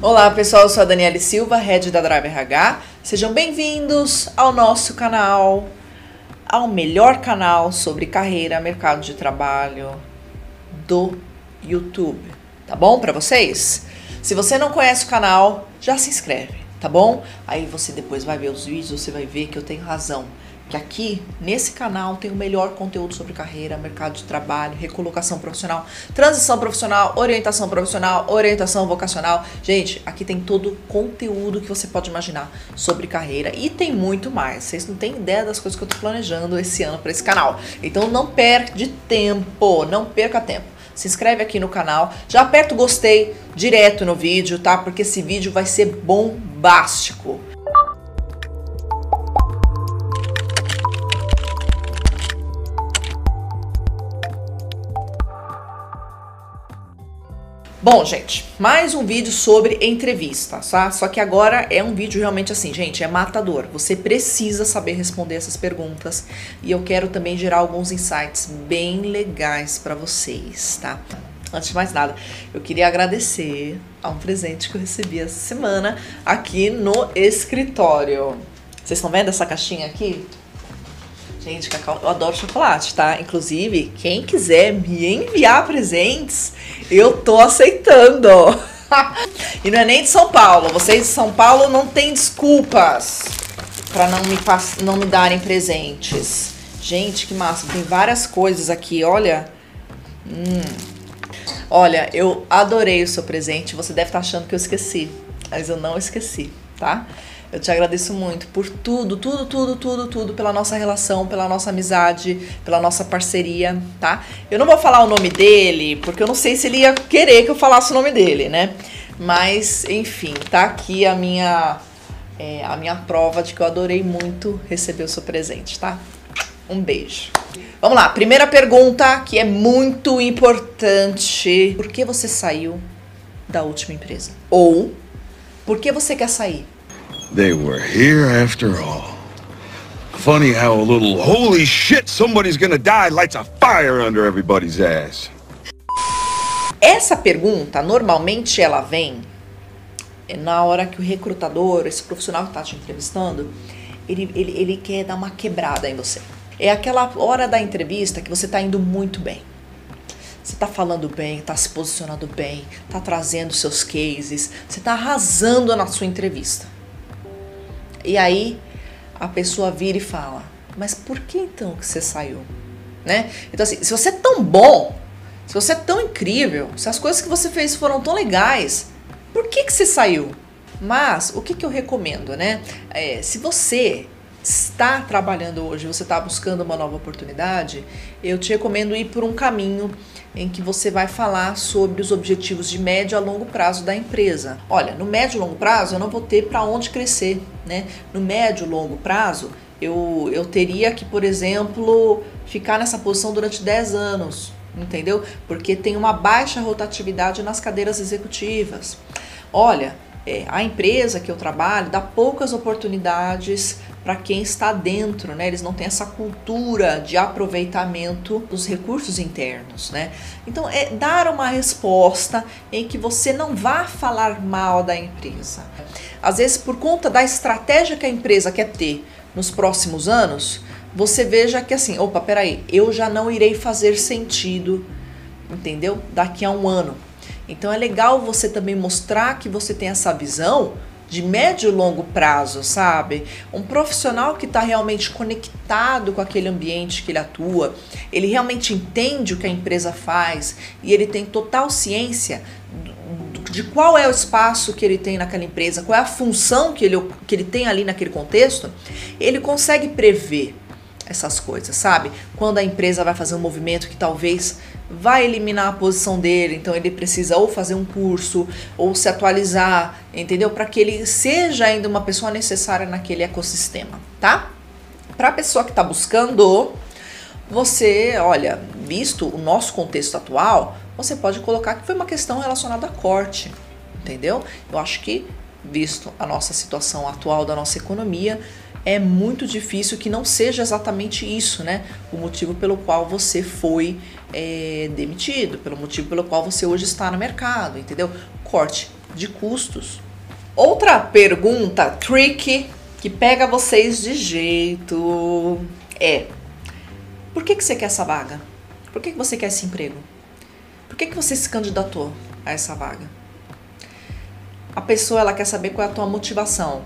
Olá pessoal, eu sou a Daniele Silva, Head da Drive RH. Sejam bem-vindos ao nosso canal, ao melhor canal sobre carreira, mercado de trabalho do YouTube. Tá bom para vocês? Se você não conhece o canal, já se inscreve, tá bom? Aí você depois vai ver os vídeos, você vai ver que eu tenho razão. Que aqui, nesse canal, tem o melhor conteúdo sobre carreira, mercado de trabalho, recolocação profissional, transição profissional, orientação vocacional. Gente, aqui tem todo o conteúdo que você pode imaginar sobre carreira e tem muito mais. Vocês não têm ideia das coisas que eu tô planejando esse ano para esse canal. Então não perde tempo, não perca tempo. Se inscreve aqui no canal, já aperta o gostei direto no vídeo, tá? Porque esse vídeo vai ser bombástico. Bom, gente, mais um vídeo sobre entrevista, tá? Só que agora é um vídeo realmente assim, gente, é matador. Você precisa saber responder essas perguntas e eu quero também gerar alguns insights bem legais para vocês, tá? Antes de mais nada, eu queria agradecer a um presente que eu recebi essa semana aqui no escritório. Vocês estão vendo essa caixinha aqui? Gente, Cacau, eu adoro chocolate, tá? Inclusive, quem quiser me enviar presentes, eu tô aceitando. E não é nem de São Paulo. Vocês de São Paulo não tem desculpas pra não me darem presentes. Gente, que massa. Tem várias coisas aqui, olha. Olha, eu adorei o seu presente. Você deve estar achando que eu esqueci, mas eu não esqueci, tá? Eu te agradeço muito por tudo, pela nossa relação, pela nossa amizade, pela nossa parceria, tá? Eu não vou falar o nome dele, porque eu não sei se ele ia querer que eu falasse o nome dele, né? Mas, enfim, tá aqui a minha prova de que eu adorei muito receber o seu presente, tá? Um beijo. Vamos lá, primeira pergunta que é muito importante. Por que você saiu da última empresa? Ou, por que você quer sair? They were here after all. Funny how a little holy shit, somebody's gonna die lights a fire under everybody's ass. Essa pergunta, normalmente ela vem na hora que o recrutador, esse profissional que está te entrevistando, ele quer dar uma quebrada em você. É aquela hora da entrevista que você está indo muito bem. Você está falando bem, está se posicionando bem, está trazendo seus cases, você está arrasando na sua entrevista. E aí a pessoa vira e fala, mas por que então que você saiu? Né? Então assim, se você é tão bom, se você é tão incrível, se as coisas que você fez foram tão legais, por que você saiu? Mas o que eu recomendo, né? Se você está trabalhando hoje, você está buscando uma nova oportunidade, eu te recomendo ir por um caminho em que você vai falar sobre os objetivos de médio a longo prazo da empresa. Olha, no médio e longo prazo eu não vou ter para onde crescer, né? No médio e longo prazo eu teria que, por exemplo, ficar nessa posição durante 10 anos, entendeu? Porque tem uma baixa rotatividade nas cadeiras executivas. Olha, a empresa que eu trabalho dá poucas oportunidades para quem está dentro, né? Eles não têm essa cultura de aproveitamento dos recursos internos, né? Então, é dar uma resposta em que você não vá falar mal da empresa. Às vezes, por conta da estratégia que a empresa quer ter nos próximos anos, você veja que assim, opa, peraí, eu já não irei fazer sentido, entendeu? Daqui a um ano. Então, é legal você também mostrar que você tem essa visão de médio e longo prazo, sabe? Um profissional que está realmente conectado com aquele ambiente que ele atua, ele realmente entende o que a empresa faz e ele tem total ciência de qual é o espaço que ele tem naquela empresa, qual é a função que ele tem ali naquele contexto, ele consegue prever essas coisas, sabe? Quando a empresa vai fazer um movimento que talvez vai eliminar a posição dele, então ele precisa ou fazer um curso ou se atualizar, entendeu? Para que ele seja ainda uma pessoa necessária naquele ecossistema, tá? Para a pessoa que está buscando, você, olha, visto o nosso contexto atual, você pode colocar que foi uma questão relacionada a corte, entendeu? Eu acho que, visto a nossa situação atual da nossa economia, é muito difícil que não seja exatamente isso, né? O motivo pelo qual você foi demitido, pelo motivo pelo qual você hoje está no mercado, entendeu? Corte de custos. Outra pergunta tricky que pega vocês de jeito é: por que você quer essa vaga? Por que você quer esse emprego? Por que você se candidatou a essa vaga? A pessoa, ela quer saber qual é a tua motivação.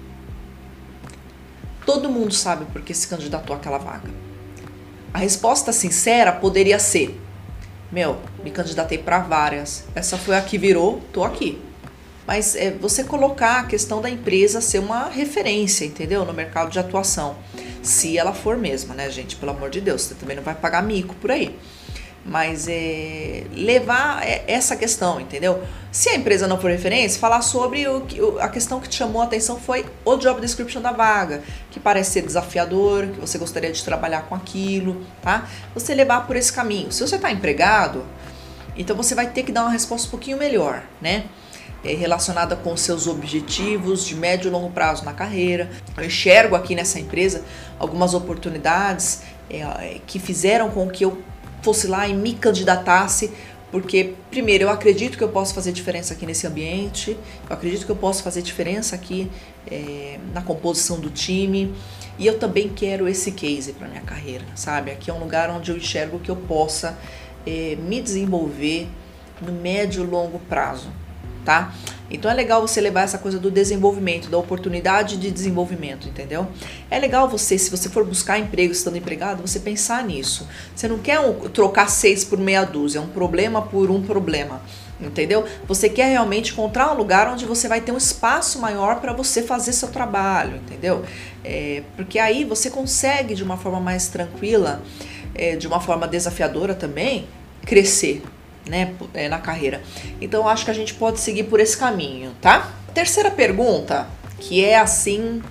Todo mundo sabe por que se candidatou àquela vaga. A resposta sincera poderia ser: me candidatei para várias. Essa foi a que virou, tô aqui. Mas é você colocar a questão da empresa ser uma referência, entendeu? No mercado de atuação. Se ela for mesmo, né, gente? Pelo amor de Deus, você também não vai pagar mico por aí. Mas levar essa questão, entendeu? Se a empresa não for referência, falar sobre a questão que te chamou a atenção foi o job description da vaga, que parece ser desafiador, que você gostaria de trabalhar com aquilo, tá? Você levar por esse caminho. Se você está empregado, então você vai ter que dar uma resposta um pouquinho melhor, né? Relacionada com os seus objetivos de médio e longo prazo na carreira. Eu enxergo aqui nessa empresa algumas oportunidades que fizeram com que eu fosse lá e me candidatasse, porque, primeiro, eu acredito que eu posso fazer diferença aqui nesse ambiente, eu acredito que eu posso fazer diferença aqui na composição do time, e eu também quero esse case para minha carreira, sabe? Aqui é um lugar onde eu enxergo que eu possa me desenvolver no médio e longo prazo, tá? Então é legal você levar essa coisa do desenvolvimento, da oportunidade de desenvolvimento, entendeu? É legal você, se você for buscar emprego estando empregado, você pensar nisso. Você não quer trocar 6 por meia dúzia, um problema por um problema, entendeu? Você quer realmente encontrar um lugar onde você vai ter um espaço maior para você fazer seu trabalho, entendeu? Porque aí você consegue, de uma forma mais tranquila, de uma forma desafiadora também, crescer, né, na carreira. Então, eu acho que a gente pode seguir por esse caminho, tá? Terceira pergunta, que é assim,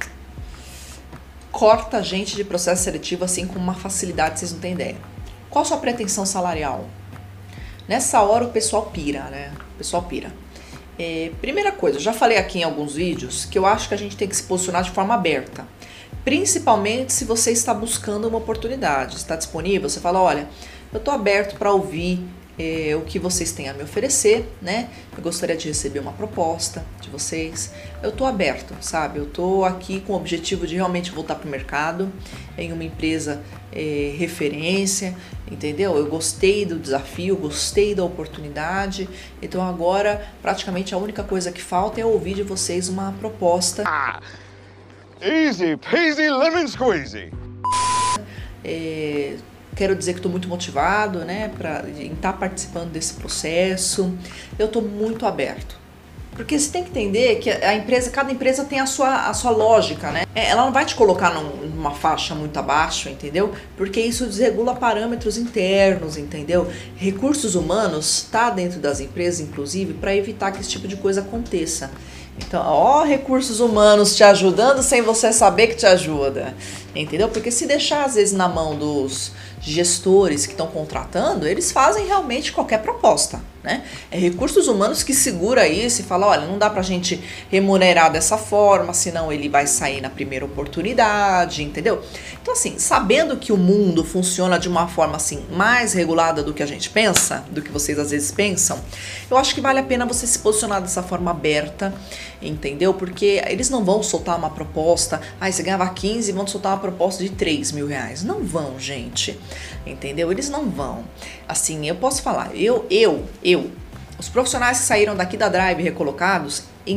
corta a gente de processo seletivo assim com uma facilidade, vocês não têm ideia. Qual a sua pretensão salarial? Nessa hora o pessoal pira, né? O pessoal pira. Primeira coisa, eu já falei aqui em alguns vídeos que eu acho que a gente tem que se posicionar de forma aberta. Principalmente se você está buscando uma oportunidade, está disponível, você fala: olha, eu estou aberto para ouvir o que vocês têm a me oferecer, né? Eu gostaria de receber uma proposta de vocês. Eu tô aberto, sabe? Eu tô aqui com o objetivo de realmente voltar pro mercado em uma empresa referência, entendeu? Eu gostei do desafio, gostei da oportunidade. Então agora, praticamente a única coisa que falta é ouvir de vocês uma proposta. Easy peasy lemon squeezy. Quero dizer que estou muito motivado, né, em estar participando desse processo. Eu estou muito aberto. Porque você tem que entender que cada empresa tem a sua lógica, né? Ela não vai te colocar numa faixa muito abaixo, entendeu? Porque isso desregula parâmetros internos, entendeu? Recursos humanos está dentro das empresas, inclusive, para evitar que esse tipo de coisa aconteça. Então, recursos humanos te ajudando sem você saber que te ajuda, entendeu? Porque se deixar, às vezes, na mão dos gestores que estão contratando, eles fazem realmente qualquer proposta, né? É recursos humanos que segura isso e fala: olha, não dá pra gente remunerar dessa forma, senão ele vai sair na primeira oportunidade, entendeu? Então, assim, sabendo que o mundo funciona de uma forma, assim, mais regulada do que a gente pensa, do que vocês às vezes pensam, eu acho que vale a pena você se posicionar dessa forma aberta, entendeu? Porque eles não vão soltar uma proposta, você ganhava 15 e vão soltar uma proposta de 3 mil reais. Não vão, gente, entendeu? Eles não vão. Assim, eu posso falar, os profissionais que saíram daqui da Drive recolocados, em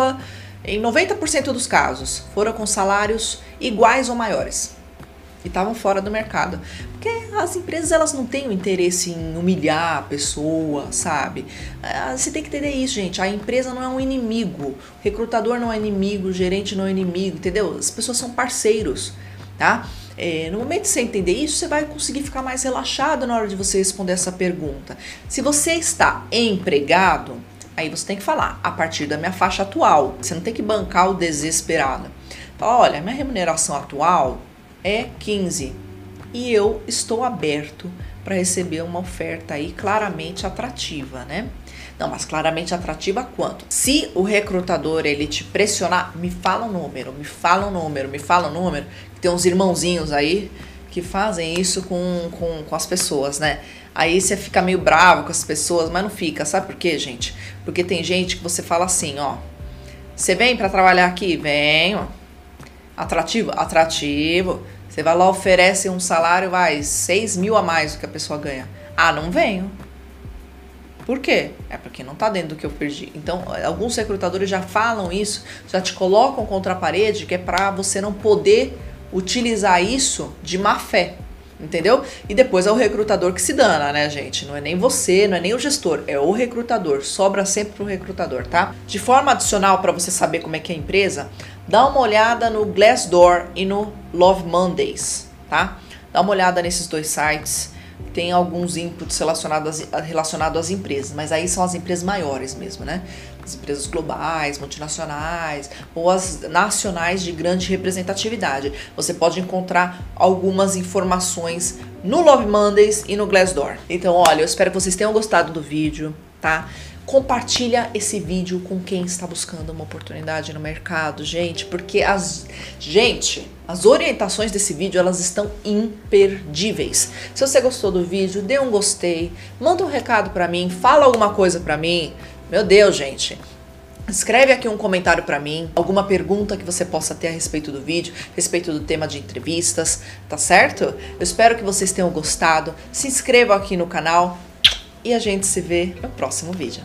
90% dos casos, foram com salários iguais ou maiores. E estavam fora do mercado. Porque as empresas, elas não têm o interesse em humilhar a pessoa, sabe? Você tem que entender isso, gente. A empresa não é um inimigo. O recrutador não é inimigo, o gerente não é inimigo, entendeu? As pessoas são parceiros, tá? No momento que você entender isso, você vai conseguir ficar mais relaxado na hora de você responder essa pergunta. Se você está empregado, aí você tem que falar: a partir da minha faixa atual. Você não tem que bancar o desesperado. Fala: olha, minha remuneração atual é 15 e eu estou aberto para receber uma oferta aí claramente atrativa, né? Não, mas claramente atrativa quanto? Se o recrutador, ele te pressionar, me fala um número. Tem uns irmãozinhos aí que fazem isso com as pessoas, né? Aí você fica meio bravo com as pessoas, mas não fica. Sabe por quê, gente? Porque tem gente que você fala assim, ó. Você vem pra trabalhar aqui? Venho. Atrativo? Atrativo. Você vai lá, oferece um salário, 6 mil a mais do que a pessoa ganha. Ah, não venho. Por quê? É porque não tá dentro do que eu perdi. Então, alguns recrutadores já falam isso, já te colocam contra a parede, que é pra você não poder utilizar isso de má fé. Entendeu? E depois é o recrutador que se dana, né, gente? Não é nem você, não é nem o gestor, é o recrutador. Sobra sempre pro recrutador, tá? De forma adicional, para você saber como é que é a empresa, dá uma olhada no Glassdoor e no Love Mondays, tá? Dá uma olhada nesses dois sites. Tem alguns inputs relacionados às empresas, mas aí são as empresas maiores mesmo, né? As empresas globais, multinacionais ou as nacionais de grande representatividade. Você pode encontrar algumas informações no Love Mondays e no Glassdoor. Então, olha, eu espero que vocês tenham gostado do vídeo, tá? Compartilha esse vídeo com quem está buscando uma oportunidade no mercado, gente, porque as orientações desse vídeo, elas estão imperdíveis. Se você gostou do vídeo, dê um gostei, manda um recado pra mim, fala alguma coisa pra mim. Meu Deus, gente. Escreve aqui um comentário pra mim, alguma pergunta que você possa ter a respeito do vídeo, a respeito do tema de entrevistas, tá certo? Eu espero que vocês tenham gostado. Se inscrevam aqui no canal e a gente se vê no próximo vídeo.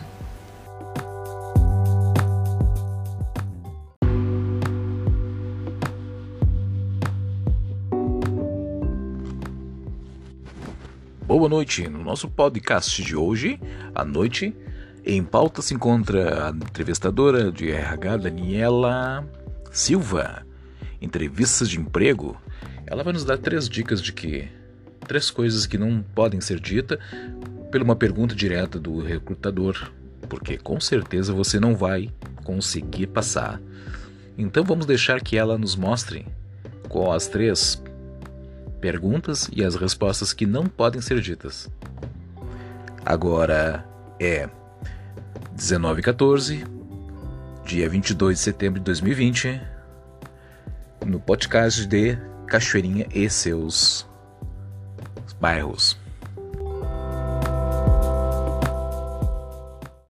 Boa noite. No nosso podcast de hoje, à noite, em pauta se encontra a entrevistadora de RH, Daniela Silva. Entrevistas de emprego. Ela vai nos dar 3 dicas de que 3 coisas que não podem ser ditas por uma pergunta direta do recrutador, porque com certeza você não vai conseguir passar. Então vamos deixar que ela nos mostre qual as 3 perguntas e as respostas que não podem ser ditas. Agora é 19h14, dia 22 de setembro de 2020, no podcast de Cachoeirinha e seus bairros.